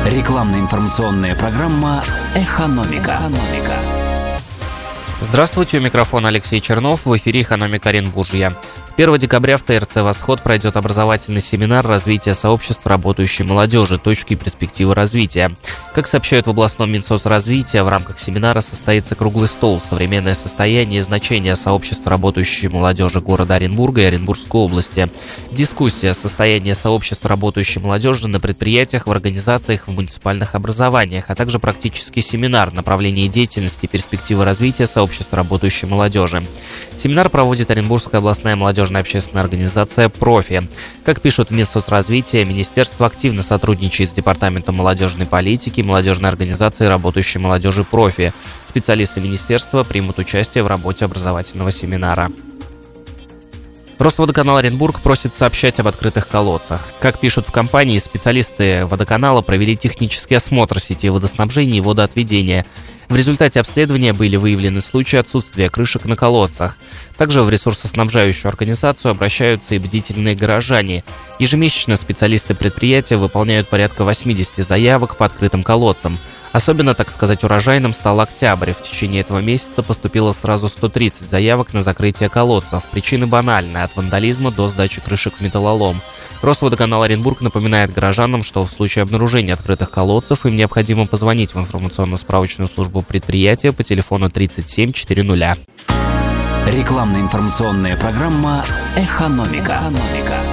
Рекламно-информационная программа «Экономика». Здравствуйте, у микрофона Алексей Чернов, в эфире «Экономика Оренбуржья». 1 декабря в ТРЦ «Восход» пройдет образовательный семинар развития сообщества работающей молодежи. Точки и перспективы развития. Как сообщают в областном Минсоцразвития, в рамках семинара состоится круглый стол «Современное состояние и значение сообщества работающей молодежи города Оренбурга и Оренбургской области». Дискуссия «Состояние сообщества работающей молодежи на предприятиях, в организациях, в муниципальных образованиях», а также практический семинар «Направление деятельности и перспективы развития сообщества работающей молодежи». Семинар проводит Оренбургская областная молодежная общественная организация «Профи». Как пишут в Минсоцразвитии, министерство активно сотрудничает с Департаментом молодежной политики и молодежной организацией работающей молодежи «Профи». Специалисты министерства примут участие в работе образовательного семинара. Росводоканал Оренбург просит сообщать об открытых колодцах. Как пишут в компании, специалисты водоканала провели технический осмотр сети водоснабжения и водоотведения. В результате обследования были выявлены случаи отсутствия крышек на колодцах. Также в ресурсоснабжающую организацию обращаются и бдительные горожане. Ежемесячно специалисты предприятия выполняют порядка 80 заявок по открытым колодцам. Особенно, так сказать, урожайным стал октябрь. В течение этого месяца поступило сразу 130 заявок на закрытие колодцев. Причины банальные – от вандализма до сдачи крышек в металлолом. Росводоканал Оренбург напоминает горожанам, что в случае обнаружения открытых колодцев им необходимо позвонить в информационно-справочную службу предприятия по телефону 37 400. Рекламно-информационная программа «Экономика».